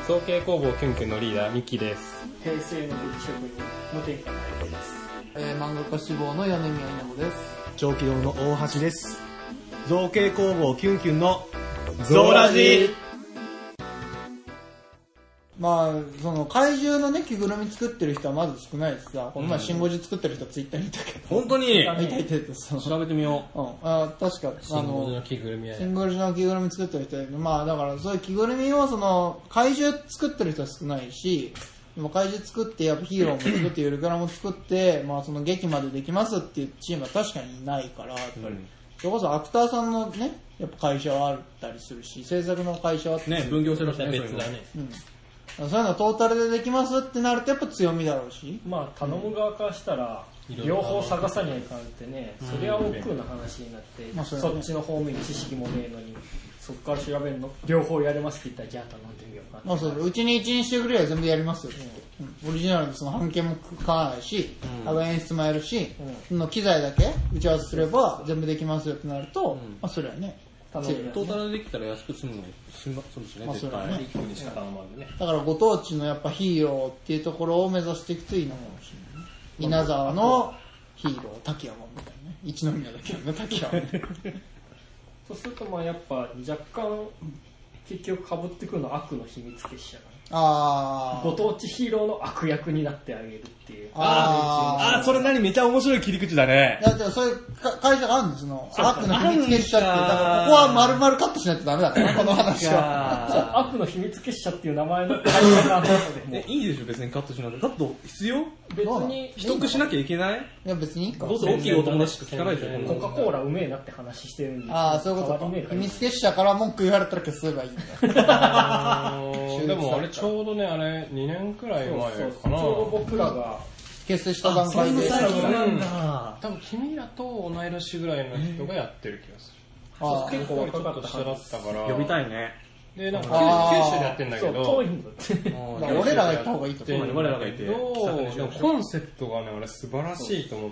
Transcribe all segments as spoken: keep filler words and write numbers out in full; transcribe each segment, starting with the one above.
造形工房キュンキュンのリーダーミキです。 平成の武器職人無添加の相手です。 えー、漫画家志望の米宮稲穂です。 長期堂の大橋です。造形工房キュンキュンのゾーラジ。 まあその怪獣のね着ぐるみ作ってる人はまず少ないですが、この前シンゴジ作ってる人ツイッターにいたけど、 本当にいたいたいた、その調べてみよう。 うん、あ確かシンゴジの着ぐるみやシンゴジの着ぐるみ作ってる人は、まあだからそういう着ぐるみをその怪獣作ってる人は少ないし、でも怪獣作ってやっぱヒーローも作ってゆるキャラも作ってまあその劇までできますっていうチームは確かにいないから、やっぱり、うん、それこそアクターさんのねやっぱ会社はあったりするし、制作の会社はあったりするね、分業制の人は別だね。 うん、そういうのトータルでできますってなるとやっぱ強みだろうし、 まあ頼む側からしたら、うん、両方探さにはいかんってね、それは億劫な話になって、まあ そ, ね、そっちの方面に知識もねえのにそっから調べるの両方やれますって言ったらじゃあ頼んでみようかな。 まあそう、うちに一日してくれは全部やりますよ、うん、オリジナルのその版権も買わないし、うん、演出もやるし、うん、の機材だけ打ち合わせすれば全部できますよってなると、うん、まあそれはねトータルでできたら安く済むの済むしね、絶対ね。 一個にしか頼まんでね。 だからご当地のやっぱヒーローっていうところを目指していくといいのかもしれない。稲沢のヒーロー滝山みたいなね。一宮だけどね滝山。 そうするとまあやっぱ若干結局被ってくるのは悪の秘密結社が。 あご当地ヒーローの悪役になってあげるっていう。 ああ、それ何めちゃ面白い切り口だね。 だってそういう会社があるんですよ。悪の秘密結社って。だからここは丸々カットしないとダメだからこの話は。 悪の秘密結社っていう名前の会社があるので。 え、いいでしょ別にカットしないと。カット必要？ 別に取得しなきゃいけない？ いや別にいいか。 どうせ大きいお友達しか聞かないでしょ。 コカ・コーラうめえなって話してるんで。 ああ、そういうことか。秘密結社から文句言われたら消せばいいんだ。 でもあれちょうどね、あれにねんくらい前かな。 そうそうちょうど僕らが結成した段階で。 なんだ。多分君らと同い年ぐらいの人がやってる気がする。 あ結構ちょっと下だったから。 呼びたいね。 で、なんか九州でやってんだけど。 そう、遠いんだって。 俺らが行った方がいいと思う。 俺らがいて。でもコンセプトがね、俺素晴らしいと思って。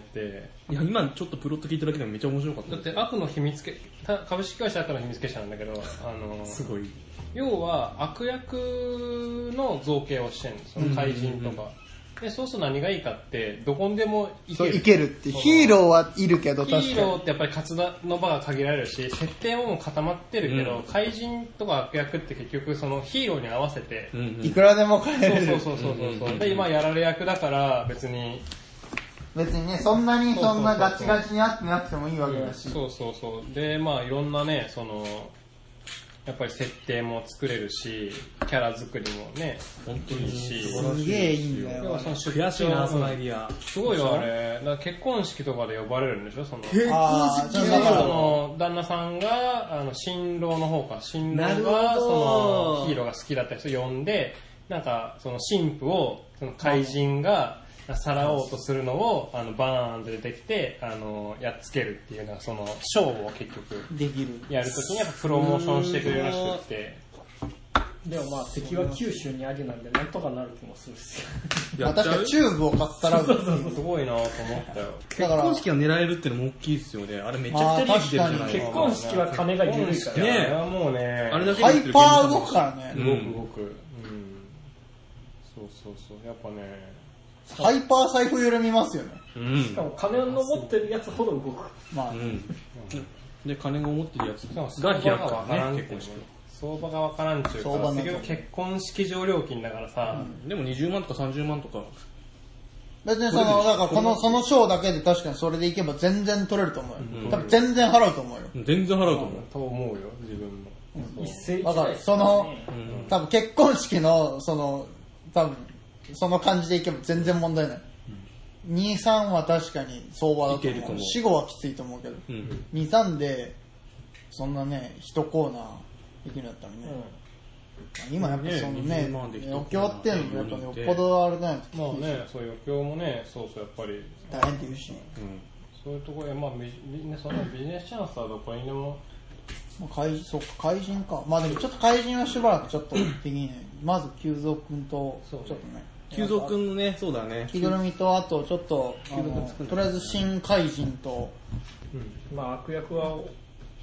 いや、今ちょっとプロット聞いただけでもめっちゃ面白かった。 だって悪の秘密結社、株式会社悪の秘密結社なんだけど、あの、 すごい。 要は悪役の造形をしてるんです。その怪人とか。で、そうすると何がいいかって、どこにでもいける。 そう、いけるって。ヒーローはいるけど、確かに。 ヒーローってやっぱり活動の場が限られるし、設定ももう固まってるけど、うん、怪人とか悪役って結局そのヒーローに合わせて、 うんうん、いくらでも変えれる。 そうそうそうそうそう、うんうん。で、今やられ役だから別に、 別にね、そんなにそんなガチガチにあってなくてもいいわけだし。 そうそうそう。で、まあいろんなね、その、やっぱり設定も作れるし、キャラ作りもね、 本当にいいし、 すげえいいんだよ。 悔しいな、そのアイディア。 すごいよ、あれ。だから結婚式とかで呼ばれるんでしょ、その。 結婚式で、その、旦那さんが、あの、新郎の方か、新郎が、その、ヒーローが好きだった人呼んで、なんか、その、新婦を、その、怪人が、さらおうとするのをあのバーンと出てきてあのやっつけるっていうのはそのショーを結局できるやるときにやっぱプロモーションしてくれるらしくて、 でもまあ敵は九州にありなんでなんとかなる気もするし確かにチューブを買ったらそうそうそうすごいなと思ったよ。 結婚式が狙えるっていうのも大きいですよね。あれめちゃくちゃ利益出るじゃない結婚式は金が緩いからね。あれはもうねあれだけハイパー動くからね。 動く動く、うん、そうそうそうやっぱねハイパー財布緩みますよね、 うん、しかも金の持ってるやつほど動くまあ、うん、 で金が持ってるやつが開くからね。結婚式相場がわからんっていうか結局結婚式場料金だからさ、 うん、でもにじゅうまんとかさんじゅうまんとか別にそのだからこのそのショーだけで確かにそれでいけば全然取れると思うよ、うん、多分全然払うと思うよ。 全然払うと思う、 うん、と思うよ自分も、 うん、一斉だからその、うん、多分結婚式のその多分その感じでいけば全然問題ない、うん、に、さんは確かに相場だと思う。よん、ごはきついと思うけど、うん、に、さんでそんなね一コーナーできるんだったらね、うん、今やっぱそのね余興っていうのやっぱよっぽどあれだよね。 まあねそう余興もねそうそうやっぱり大変って言うし、うん、 そういうところでまあビジネスそのビジネスチャンスはどこにでもまあ、怪そうか怪人か。まあでもちょっと怪人はしばらくちょっとできない。まず久蔵くんとちょっとね。 久蔵くんのねそうだね。 着ぐるみとあとちょっとあのとりあえず新怪人と、 うん、まあ悪役は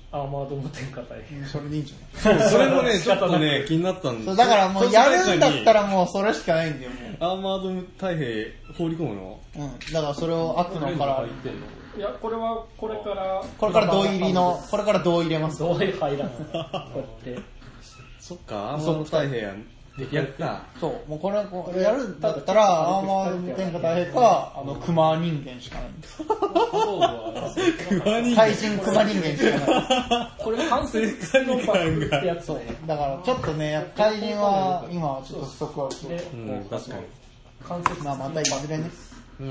アーマード無添加体。 それでいいんじゃない？ それもね、ちょっとね、気になったんです。 だからもうやるんだったらもうそれしかないんだよ、もう。 アーマード太兵放り込むの？ うん。だからそれを悪のから。 いや、これはこれから、 これから銅入りの、これから銅入れます。 銅入り入らない。こうやって。 そっか、アーマード太兵やん。やるか。 そう、もうこれ、これやるんだったら、アーマード無添加太兵か、あの、熊人間しかない。 熊人間怪人熊人間しかない。 これ完成のバッグってやつそう。 だからちょっとね、怪人は今はちょっとストックアウト。 うん、確かに。 関節まあまたいずれね。 うん。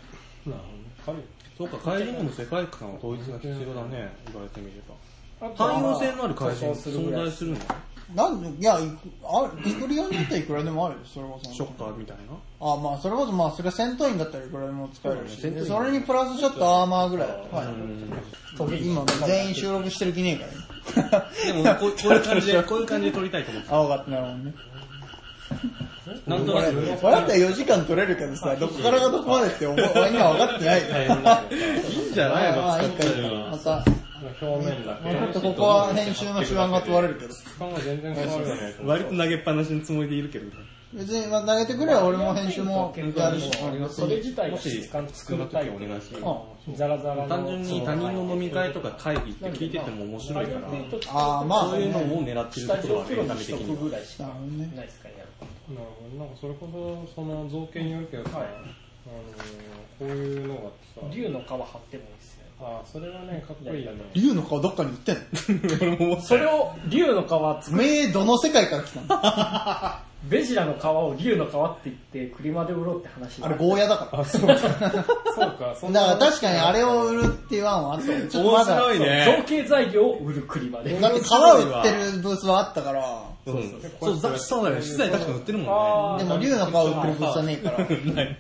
そうか、怪人の世界観は統一が必要だね、言われてみれば。汎用性のある怪人存在するの？ なんいや、あ作りようによってはいくらでもあるよ、それこそ。 ショッカーみたいな。 あまあ、それこそ、まあ、それは戦闘員だったらいくらでも使えるし、でそれにプラスちょっとアーマーぐらい。はい。今、全員収録してる気ねえからね。 でもこう、こういう感じで、こういう感じで撮りたいと思って。 あ、わかった、なるほどね。 なんとなく。 これだったらよじかん撮れるけどさ、どこからがどこまでって思う、今分かってないから。 いいんじゃないの？ まあ、いいか、また。 表面だけ。 ちょっとここは編集の手腕が問われるけど。 質感が全然変わるよね。 割と投げっぱなしのつもりでいるけど。 別に、まあ、投げてくれば俺も編集もやるし。 それ自体が質感作りたい。 お願いします。ザラザラ単純に他人の飲み会とか会議って聞いてても面白いから。 ああ、まあ、 そういうのを狙ってるところはね、ため的に。 ぐらいしかないですかね。 なるほど。なんかそれこそ、その造形によるけどさ、あの、こういうのがさ、 竜の皮貼ってもいいですね。 ああ、それはね、かっこいいよね。 竜の皮どっかに売ってんのそれを、竜の皮作る。めどの世界から来たのベジラの皮を竜の皮って言って、車で売ろうって話。 あれゴーヤだから。 あ、そうか。そうか。 だから確かにあれを売るっていう案はあったよ。 ちょっと面白いね。 造形材料を売る車で。 だって皮売ってるブースはあったから。 そうそうそう。そうだね。資材確か売ってるもんね。でも竜の皮売ってるブースはねえから。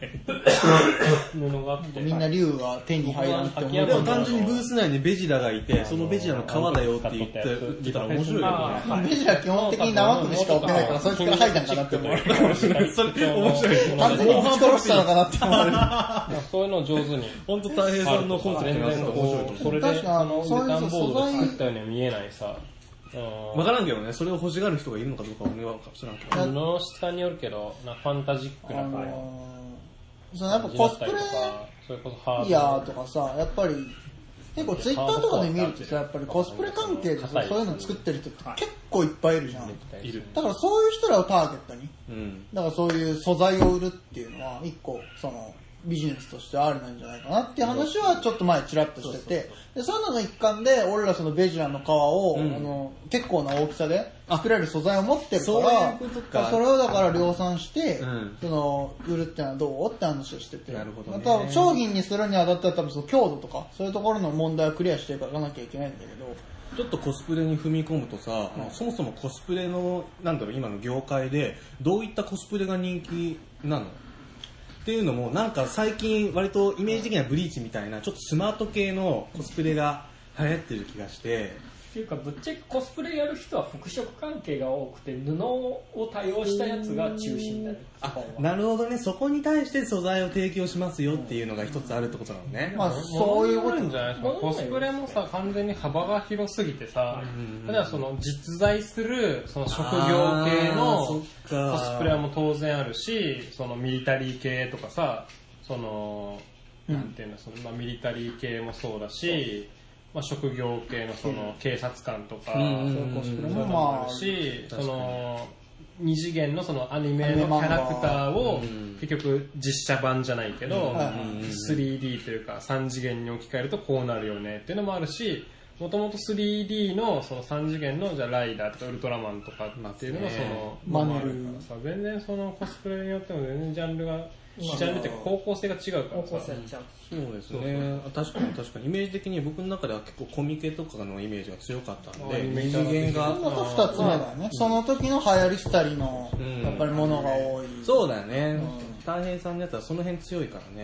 布があって。 みんな竜は手に入らんって思う。 でも単純にブース内にベジラがいて、そのベジラの皮だよって言って売ってたら面白いよね。 ベジラ基本的に生首しか売ってないから、そいつから入ったんかなって思われるかもしれない。 それ面白い。 完全に撃ち殺したのかなって思われる。 そういうのを上手に。 本当太平さんのコンセプトが面白いと思う。 それで、あの、段ボードで作ったようには見えないさ。 わからんけどね、それを欲しがる人がいるのかどうかは俺は知らんけど。 布の質感によるけど、なファンタジックな感じ。そのやっぱコスプレイヤーとかさ、やっぱり結構ツイッターとかで見るとさ、やっぱりコスプレ関係でさ、そういうの作ってる人って結構いっぱいいるじゃん。いる。だからそういう人らをターゲットに、うん、だからそういう素材を売るっていうのは一個そのビジネスとしてありなんじゃないかなっていう話はちょっと前チラッとしてて、でそういうのの一環で俺らそのベジラの皮を、うん、あの結構な大きさで作れる素材を持ってるから、そういうことか。それをだから量産して、うん、その売るってのはどうって話をしてて、なるほどね。また商品にするにあたっては多分その強度とかそういうところの問題をクリアしていかなきゃいけないんだけど。 ちょっとコスプレに踏み込むとさ、うん、そもそもコスプレのなんだろう今の業界でどういったコスプレが人気なの？っていうのもなんか最近割とイメージ的にはブリーチみたいなちょっとスマート系のコスプレが流行ってる気がして。 っていうかぶっちゃけコスプレやる人は服飾関係が多くて布を多用したやつが中心だね。 あ、なるほどね。そこに対して素材を提供しますよっていうのが一つあるってことなのね。 まあそういうことじゃないですか。コスプレもさ完全に幅が広すぎてさ、例えばその実在するその職業系のコスプレも当然あるし、そのミリタリー系とかさ、そのなんていうのそのまあミリタリー系もそうだし。まあ、職業系のその警察官とか、そういうコスプレもあるし、その二次元のそのアニメのキャラクターを結局実写版じゃないけど スリーディー というかさん次元に置き換えるとこうなるよねっていうのもあるし、もともと スリーディー のそのさん次元のじゃあライダーとかウルトラマンとかっていうのがそのマネルさ、全然そのコスプレによっても全然ジャンルがジャンルって方向性が違うからさ。 そうですね。確かに確かにイメージ的に僕の中では結構コミケとかのイメージが強かったんで、二次元が。 そのと二つ目だよね。その時の流行りしたりのやっぱりものが多い。 そうだよね。大平さんのやつはその辺強いからね。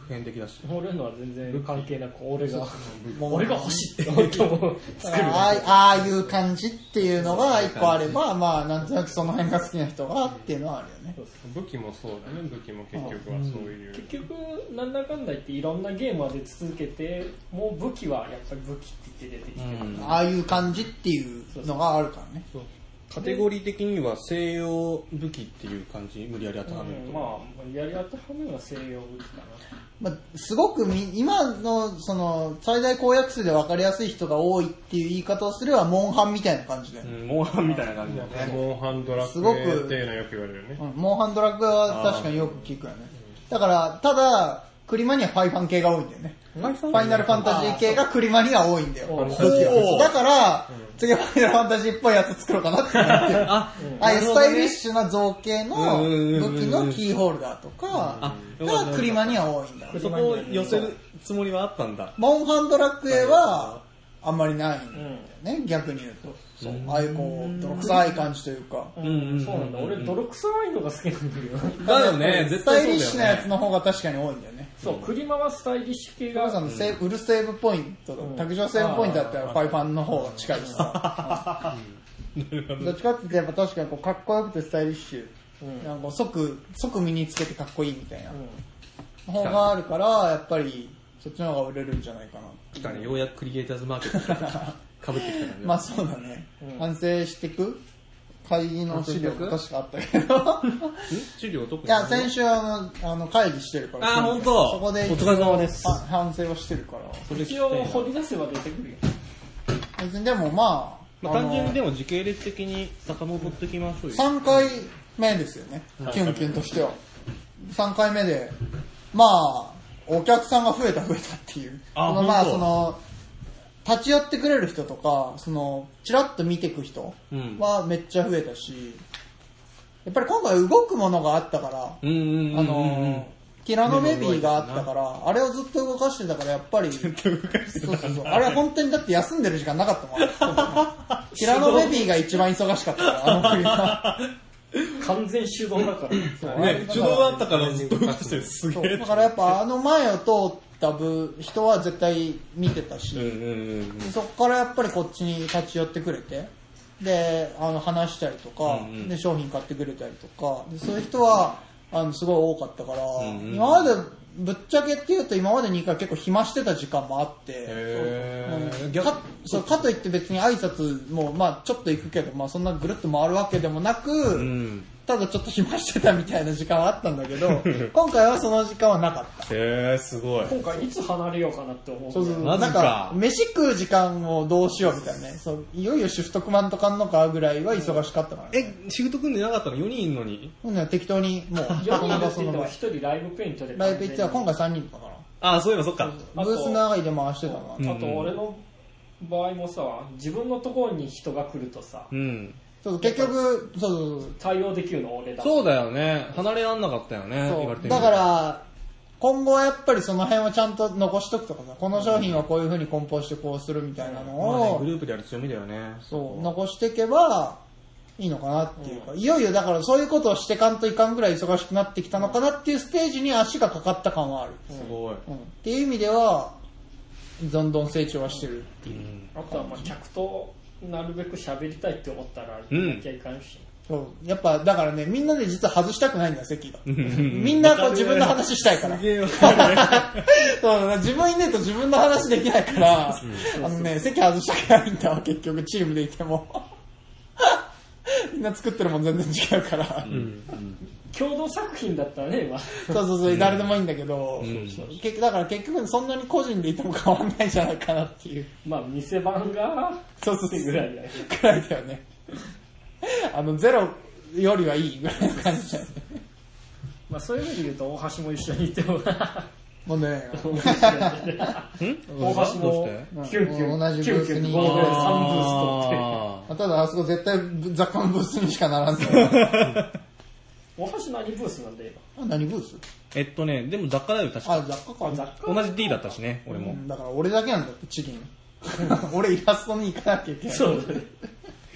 変的だし。 俺のは全然関係なく、俺が、俺が欲しいって思っても作る。 ああいう感じっていうのが一個あれば、まあなんとなくその辺が好きな人がっていうのはあるよね。 武器もそうだね、武器も結局はそういう。 結局、なんだかんだ言っていろんなゲームまで続けて、もう武器はやっぱり武器って言って出てきてる。 ああいう感じっていうのがあるからね。 カテゴリー的には西洋武器っていう感じ、無理やり当てはめると、 うん、まあ無理やり当てはめるのは西洋武器かな、 まあ、すごくみ今のその最大公約数で分かりやすい人が多いっていう言い方をすればモンハンみたいな感じで、 うん、モンハンみたいな感じだね。 モンハンドラクエっていうのはよく言われるね、 うん、モンハンドラクエは確かによく聞くよね。だからただクリマにはファイファン系が多いんだよね。ファイナルファンタジー系がクリマには多いんだよ。だから、うん、次はファイナルファンタジーっぽいやつ作ろうかなって思ってる。ああいうスタイリッシュな造形の武器のキーホルダーとかがクリマには多いんだ。 そこを寄せるつもりはあったんだ。 モンハンドラクエはあんまりないんだよね、逆に言うと。そう、ああいうこう泥臭い感じというか、 うんうん、そうなんだ。俺泥臭いのが好きなんだけど。 だよね、絶対そうだよね。 スタイリッシュなやつの方が確かに多いんだよね。 そう、クリマはスタイリッシュ系が。 さんのセーブ、ウルセーブポイント、卓上セーブポイントだったらファイファンの方が近いしさ。どっちかって言ってやっぱ確かにこうかっこよくてスタイリッシュ、うん、なんか即即身につけてかっこいいみたいな、うん、方があるからやっぱりそっちの方が売れるんじゃないかな。 来たね、ようやくクリエイターズマーケットかぶってきた感じ。 まあそうだね、うん、反省していく会議の資料も確かあったけど資料特にいや先週あのあの会議してるからあ本当そこでお疲れ様です反省をしてるからそれ一応掘り出せば出てくるよ。 別にでもまあまあ、単純にでも時系列的に遡ってきましょうよ。 さんかいめですよね、キュンキュンとしては。さんかいめで、まあ、お客さんが増えた増えたっていう。あそのまあ、その、立ち寄ってくれる人とか、その、チラッと見てく人はめっちゃ増えたし、やっぱり今回動くものがあったから、あの、ティラノベビーがあったから、あれをずっと動かしてたからやっぱり、そうそうそう、あれは本当にだって休んでる時間なかったもん。ティラノベビーが一番忙しかったから、あの国は。 完全手動だから。 ね、手動あったからずっと動かしてる。すげえ。 だからやっぱあの前を通った部人は絶対見てたし、そこからやっぱりこっちに立ち寄ってくれて、で、あの話したりとか、で商品買ってくれたりとか、でそういう人は、あのすごい多かったから、うんうん、今までぶっちゃけっていうと今までにかい結構暇してた時間もあって、うん、か, そうかといって別に挨拶もまあちょっと行くけど、まあ、そんなぐるっと回るわけでもなく、うん、ただちょっと暇してたみたいな時間はあったんだけど今回はその時間はなかった。 へーすごい。 今回いつ離れようかなって思って。 そうそうなんか飯食う時間をどうしようみたいなね。そういよいよシフト組まんとかんのかぐらいは忙しかったから、 ね、えシフト組んでなかったのよにんいるのに、 うん、適当にもうよにんいるって言ってもひとりライブペイントでライブペイントは今回さんにんだから。 ああそういえばそっか。 ブース長いで回してたな。 あと俺の場合もさ自分のところに人が来るとさ、うんそう結局そうそうそう対応できるの俺だ。 そうだよね。離れらんなかったよね。言われてみだから今後はやっぱりその辺をちゃんと残しとくとかさ、この商品はこういう風に梱包してこうするみたいなのを、 まあね、グループでやる強みだよね。 そう残していけばいいのかなっていうか、うん、いよいよだからそういうことをしてかんといかんぐらい忙しくなってきたのかなっていうステージに足がかかった感はある。 すごい、 うん、っていう意味ではどんどん成長はしてるっていう、うん、 あとはまあ客となるべく喋りたいって思ったらなきゃいかんし、 うん、そうやっぱだからねみんなで実は外したくないんだ席がみんなこう自分の話したいからそう自分いねえと自分の話できないからあのね席外したくないんだわ結局チームでいてもみんな作ってるもん全然違うから、うんうん、 共同作品だったらね、まあ、 そうそうそう、うん、誰でもいいんだけど、うん、そうそう結だから結局そんなに個人でいても変わんないんじゃないかなっていう。 まあ店番がそうそうそうぐらいだよね。 ぐらいだよね。あのゼロよりはいいぐらいの感じだよね。 まあそういう意味で言うと大橋も一緒にいてももうね、 大橋もキュンキュン同じブースにさんブース取ってただあそこ絶対雑貨のブースにしかならんから大橋何ブースなんだよ今。何ブース？ えっとねでも雑貨だよ確か。 あ雑貨か。 雑貨同じ D だったしね俺も、 うん、だから俺だけなんだってチキン俺イラストに行かなきゃいけない。 そうだね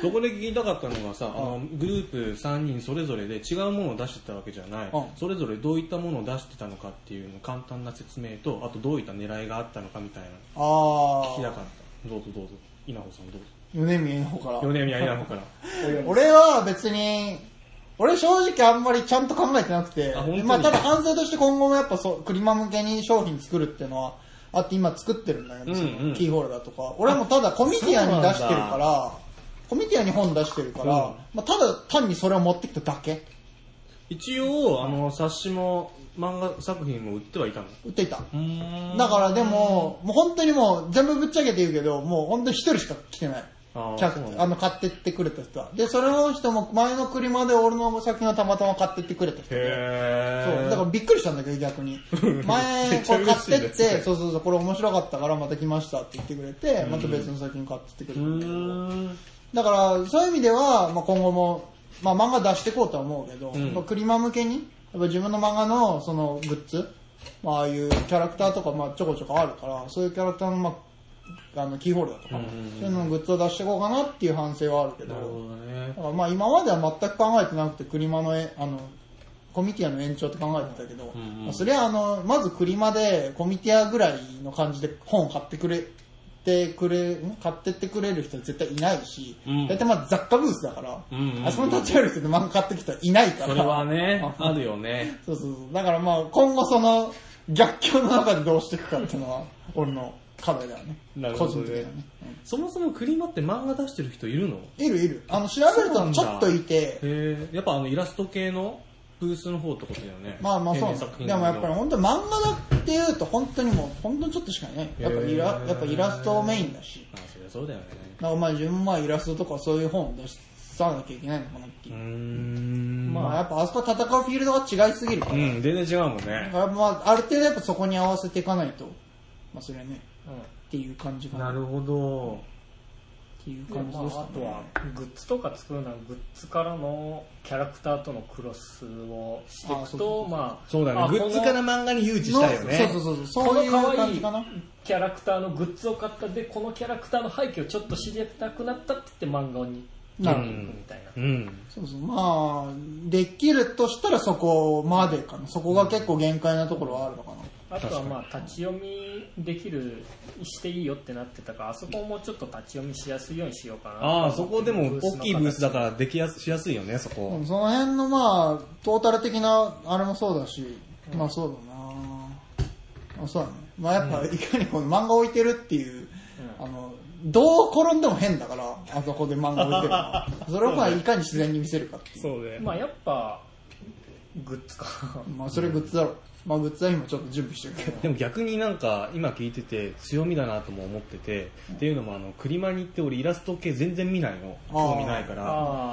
そこで聞きたかったのがさ、あのグループさんにんそれぞれで違うものを出してたわけじゃない、それぞれどういったものを出してたのかっていうの簡単な説明と、あとどういった狙いがあったのかみたいな聞きたかった。どうぞどうぞ、稲穂さんどうぞ。 米宮の方から。 米宮稲穂から。 俺は別に、俺正直あんまりちゃんと考えてなくて、まあただ反省として今後もやっぱそうクリマ向けに商品作るっていうのはあって今作ってるんだけど、うんうん、キーホルダーとか。俺はもうただコミティアに出してるから、コミティアに本出してるから、うん、まあ、ただ単にそれを持ってきただけ。 一応あの冊子も漫画作品も売ってはいたの？ 売っていた。だからでも、もう本当にもう全部ぶっちゃけて言うけど、もう本当に一人しか来てない。ああの買ってってくれた人は。で、それの人も前の車で俺の作品をたまたま買ってってくれた人で。そう。だからびっくりしたんだけど逆に。前これ買ってって、そうそうそう、これ面白かったからまた来ましたって言ってくれて、また別の作品買ってってくれたんだけど。だからそういう意味では、まあ、今後も、まあ、漫画出していこうとは思うけど、うん、クリマ向けに、やっぱ自分の漫画のそのグッズ、まあ、ああいうキャラクターとかまあちょこちょこあるから、そういうキャラクターのまああのキーホルダーとか、うんうんうん、そういうのグッズを出していこうかなっていう反省はあるけど、なるほどね、だからまあ今までは全く考えてなくてクリマのえあのコミティアの延長って考えてたけど、うんうん、まあ、それはあのまずクリマでコミティアぐらいの感じで本買ってくれてくれ買ってってくれる人は絶対いないし、うん、だいたいまず雑貨ブースだから、うんうんうん、あそこに立ち会える人で漫画買ってきたらいないから。 それはねあるよね。 そうそうそう。だからまあ今後その逆境の中でどうしていくかっていうのは俺の課題だよね。 なるほどね。個人的にはね、うん、そもそもクリマって漫画出してる人いるの？ いるいる。あの調べるとちょっといて。 へやっぱあのイラスト系のブースの方ってことだよね。 まあまあそう。でもやっぱり本当に漫画だっていうと本当にもう本当にちょっとしかね。やっぱイラやっぱイラストメインだし。 あ、そりゃそうだよね。 だからまあ自分はイラストとかそういう本を出さなきゃいけないのかなっていう。うーん、まあやっぱあそこ戦うフィールドが違いすぎるから。 うん、全然違うもんね。 まあある程度やっぱそこに合わせていかないと、まあそれはね、うん、っていう感じかな。 なるほど。 っていう感じですね。 まあ、あとはグッズとか作るのはグッズからのキャラクターとのクロスをしていくと、まあそうだね、グッズから漫画に誘致したいよね。 そうそうそうそう、そういう感じかな。 この可愛いキャラクターのグッズを買ったで、このキャラクターの背景をちょっと知りたくなったって言って漫画になるみたいな。うん、うん、 そうそう、まあできるとしたらそこまでかな。そこが結構限界なところはあるのかな。 あとはまあ立ち読みできるしていいよってなってたから、あそこもちょっと立ち読みしやすいようにしようかな。 ああ、そこでも大きいブースだからできやすしやすいよね、そこ。 その辺のまあトータル的なあれもそうだし、うん、まあそうだな。まあそうだね。まあやっぱいかにこの漫画置いてるっていう、うん、あのどう転んでも変だから、あそこで漫画置いてるの。それをまあいかに自然に見せるかっていう。 そうね。まあやっぱグッズか。 まあそれグッズだろう。まあグッズは今ちょっと準備してるけど、 でも逆になんか今聞いてて強みだなとも思ってて、うん、っていうのもあのクリマに行って俺イラスト系全然見ないの、興味ないから。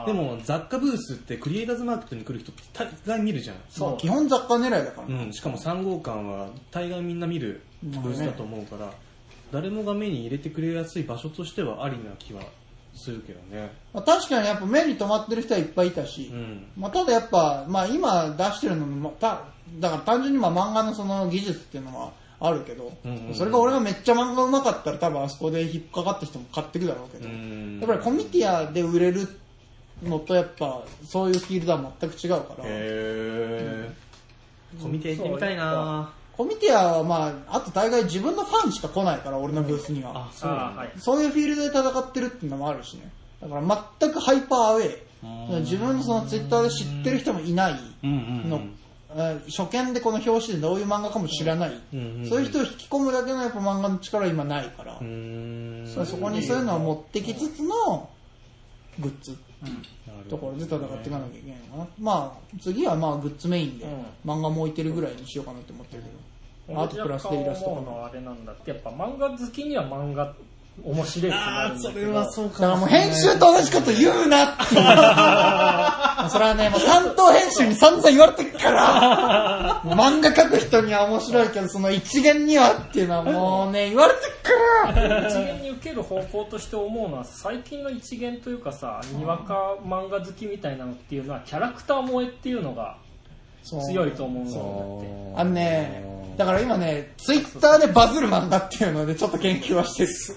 でも雑貨ブースってクリエイターズマーケットに来る人大概見るじゃん。 そう、基本雑貨狙いだから、 ね、うん、しかもさん号館は大概みんな見るブースだと思うから、ね、誰もが目に入れてくれやすい場所としてはありな気はするけどね。 まあ、確かにやっぱ目に留まってる人はいっぱいいたし、うん、まあ、ただやっぱ、まあ、今出してるのもただから単純にまあ漫画のその技術っていうのはあるけど、うんうんうん、それが俺がめっちゃ漫画上手かったら多分あそこで引っかかった人も買ってくだろうけど、うん、やっぱりコミティアで売れるのとやっぱそういうフィールドは全く違うから。 へー、うん、コミティア行ってみたいな。 コミティアはまああと大概自分のファンしか来ないから俺のブースには、うん、あ、そうなんだ、はい、そういうフィールドで戦ってるっていうのもあるしね。だから全くハイパーアウェイ、自分のそのツイッターで知ってる人もいないの、うんうんうん、初見でこの表紙でどういう漫画かも知らない、うんうんうん、そういう人を引き込むだけのやっぱ漫画の力は今ないから、うん、そこにそういうのを持ってきつつのグッズ、うん、ところで戦っていかなきゃいけないのかな。まあ次はまあグッズメインで漫画も置いてるぐらいにしようかなって思ってるけど、うん、あとプラスでイラストとかあれなんだって、やっぱ漫画好きには漫画面白いってなるんだけど、 あ、それはそうか。だからもう編集と同じこと言うなってそれはね、もう担当編集に散々言われてるからもう漫画描く人には面白いけどその一元にはっていうのはもうね言われてるから一元に受ける方向として思うのは、最近の一元というかさ、にわか漫画好きみたいなのっていうのはキャラクター萌えっていうのが強いと思うんだって。 あのね、だから今ねツイッターでバズる漫画っていうのでちょっと研究はしてる。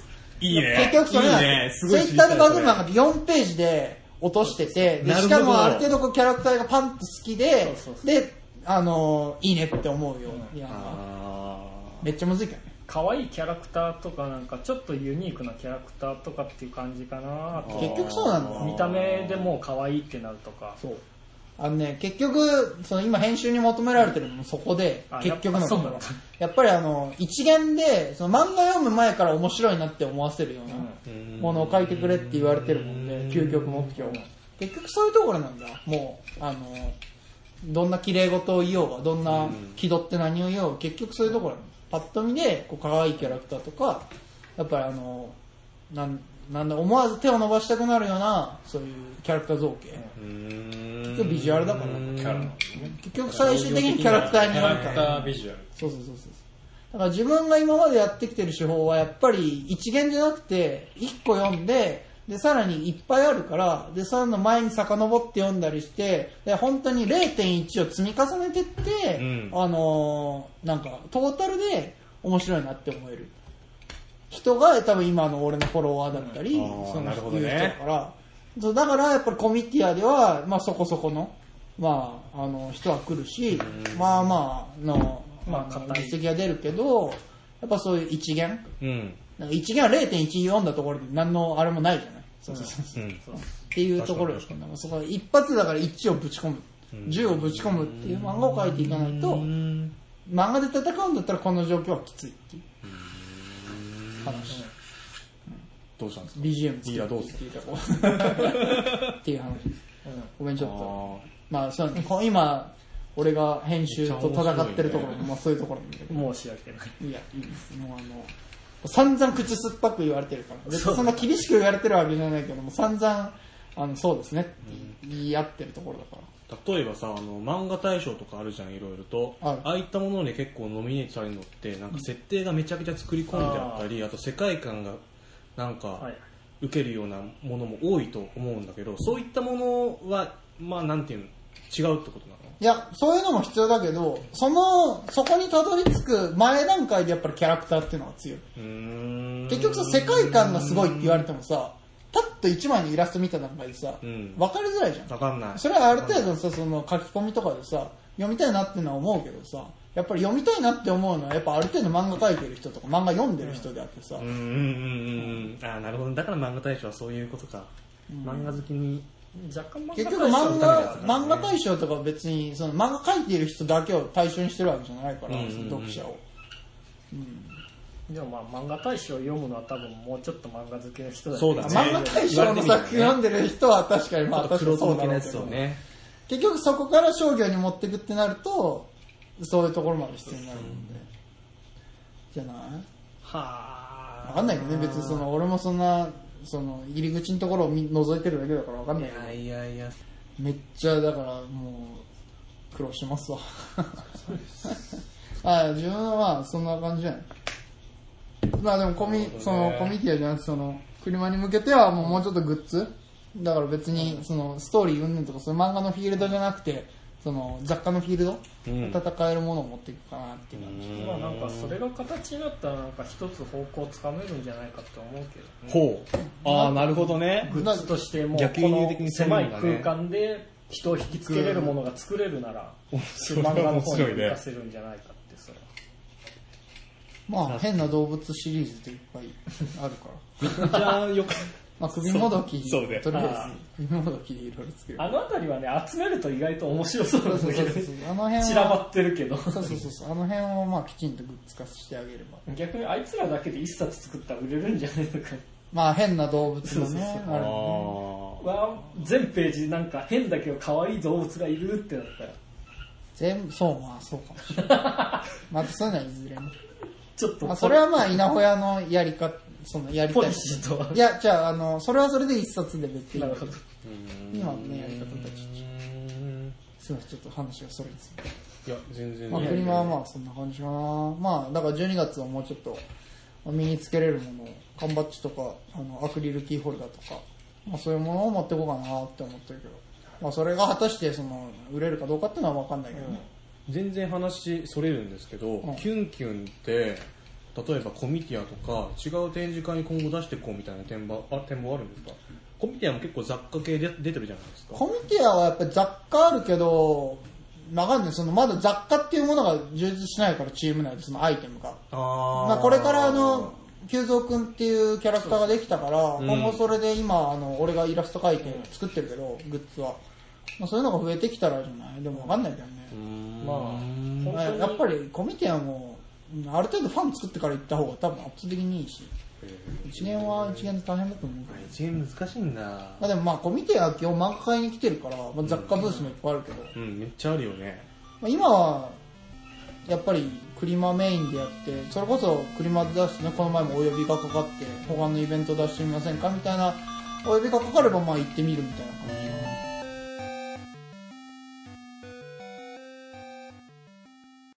いいね。 結局それは、 いいね、 ツイッターでバズる漫画ってよんページで落としてて、でしかもある程度こうキャラクターがパンと好きで、そうそうそうで、あのー、いいねって思うよ。うん、いやめっちゃむずいけどね。 可愛いキャラクターとかなんかちょっとユニークなキャラクターとかっていう感じかな。 結局そうなんだ。 見た目でもう可愛いってなるとか。 そう。あのね、結局、その今編集に求められてるのもそこで、結局のところ。やっぱりあの、一元で、その漫画読む前から面白いなって思わせるようなものを書いてくれって言われてるもんで、究極目標。結局そういうところなんだ。もう、あの、どんな綺麗事を言おうが、どんな気取って何を言おうが、結局そういうところなんだ。パッと見で、こう、可愛いキャラクターとか、やっぱりあの、なん、なんだ、思わず手を伸ばしたくなるような、そういうキャラクター造形。結局ビジュアルだから、キャラ、結局最終的にキャラクターになるから。キャラクタービジュアル。そうそうそうそう。だから自分が今までやってきてる手法は、やっぱり一元じゃなくて、一個読んで、で、さらにいっぱいあるから、で、そういうの前に遡って読んだりして、で、本当に れいてんいち を積み重ねてって、うん、あのー、なんか、トータルで面白いなって思える。人が多分今の俺のフォロワーだったり、うん、そのいう人だから、そうだからやっぱりコミティアでは、まあそこそこの、まあ、あの、人は来るし、うん、まあまあの、まあ、実績が出るけど、やっぱそういう一元、うん、なんか一元は れいてんいち読んだところで何のあれもないじゃない。そうそうそう。うん、っていうところですけど、そこ一発だからいちをぶち込む、じゅうをぶち込むっていう漫画を描いていかないと、漫画で戦うんだったらこの状況はきついっていう。話、 どうしたんですかビージーエムいやどうするっていう話です、うん、ごめんちょっとまあそう今俺が編集と戦ってるところも、まあ、そういうところなんだけど申し訳ないいやいいですもうあの散々口酸っぱく言われてるから別にそんな厳しく言われてるわけじゃないけども散々あのそうですねって言い合ってるところだから例えばさあの漫画大賞とかあるじゃんいろいろと あ, ああいったものに結構ノミネートされるのってなんか設定がめちゃくちゃ作り込んであったり あ, あと世界観がなんか受けるようなものも多いと思うんだけどそういったものはまあなんていうの違うってことなのいやそういうのも必要だけどそのそこにたどり着く前段階でやっぱりキャラクターっていうのが強い。うーん結局さ世界観がすごいって言われてもさパッと一枚のイラスト見た段階でさ、うん、分かりづらいじゃん。 分かんない。 それはある程度さその書き込みとかでさ読みたいなっていうのは思うけどさやっぱり読みたいなって思うのはやっぱある程度漫画描いてる人とか漫画読んでる人であってさ。うんうんうんうんあなるほどだから漫画大賞はそういうことか。うん、漫画好きに若干結局漫画漫画大賞とか別にその漫画描いてる人だけを対象にしてるわけじゃないから、うんうんうん、その読者を。 うんでもまあ漫画大賞を読むのは多分もうちょっと漫画好きな人だね。 そうだね。漫画大賞の作品読んでる人は確かにまあ確かにそうだろうけど、ね、結局そこから商業に持っていくってなるとそういうところまで必要になるんで、うん、じゃない？はあ。わかんないけどね別にその俺もそんなその入り口のところを覗いてるだけだからわかんないけど。 いやいやいや。 めっちゃだからもう苦労してますわ。あ自分はまあそんな感じじゃない。まあでもコミ、ね、そのコミティアじゃなくてその車に向けてはもうもうちょっとグッズだから別にそのストーリー云々とかそういう漫画のフィールドじゃなくてその雑貨のフィールド、うん、戦えるものを持っていくかなっていう感じ、 うん、まあなんかそれが形になったらなんか一つ方向をつかめるんじゃないかって思うけど、 ね、ほうああなるほどねグッズとしてもうこの狭い空間で人を引きつけれるものが作れるなら、うん、漫画の方に活かせるんじゃないかってそれまあ変な動物シリーズっていっぱいあるからじゃあよくまあ首もどきそうでとりあえず首もどきでいろいろ作るあのあたりはね集めると意外と面白そうなんだけどあの辺散らばってるけどそうそうそうそうあの辺をまあきちんとグッズ化してあげれば逆にあいつらだけで一冊作ったら売れるんじゃないのかまあ変な動物のねそうそうそうあるね全ページなんか変だけど可愛い動物がいるってなったら全部そうまあそうかもしれないまたそういうのはいずれねちょっとまあ、それはまあ稲穂屋のやり方そのやりたいポリシーとはいやじゃああのそれはそれで一冊で別になるほど今のねやり方たちすいませんちょっと話がそれですよいや全然まあ車はまあそんな感じかなまあだからじゅうにがつはもうちょっと身につけれるもの缶バッジとかあのアクリルキーホルダーとか、まあ、そういうものを持っていこうかなって思ってるけど、まあ、それが果たしてその売れるかどうかっていうのは分かんないけどね、 うん全然話それるんですけど、うん、キュンキュンって例えばコミティアとか違う展示会に今後出していこうみたいな展望あ展望あるんですか？コミティアも結構雑貨系で出てるじゃないですか。 コミティアはやっぱり雑貨あるけど、わかんない、そのまだ雑貨っていうものが充実しないから、チーム内でそのアイテムが。あまあこれからあの、久蔵くんっていうキャラクターができたから、今後それで今、あの、俺がイラスト描いて作ってるけど、グッズは。まあそういうのが増えてきたらじゃない？でもわかんないけどね。まあ、やっぱりコミティアも、ある程度ファン作ってから行った方が多分圧倒的にいいし。一元は一元で大変だと思うけど。 一元難しいんだ。まあでもまあコミティアは今日漫画買いに来てるから、まあ、雑貨ブースもいっぱいあるけど。 うん、うん、めっちゃあるよね。 まあ、今は、やっぱりクリマメインでやって、それこそクリマで出してね、この前もお呼びがかかって、他のイベント出してみませんかみたいな、お呼びがかかればまあ行ってみるみたいな感じ。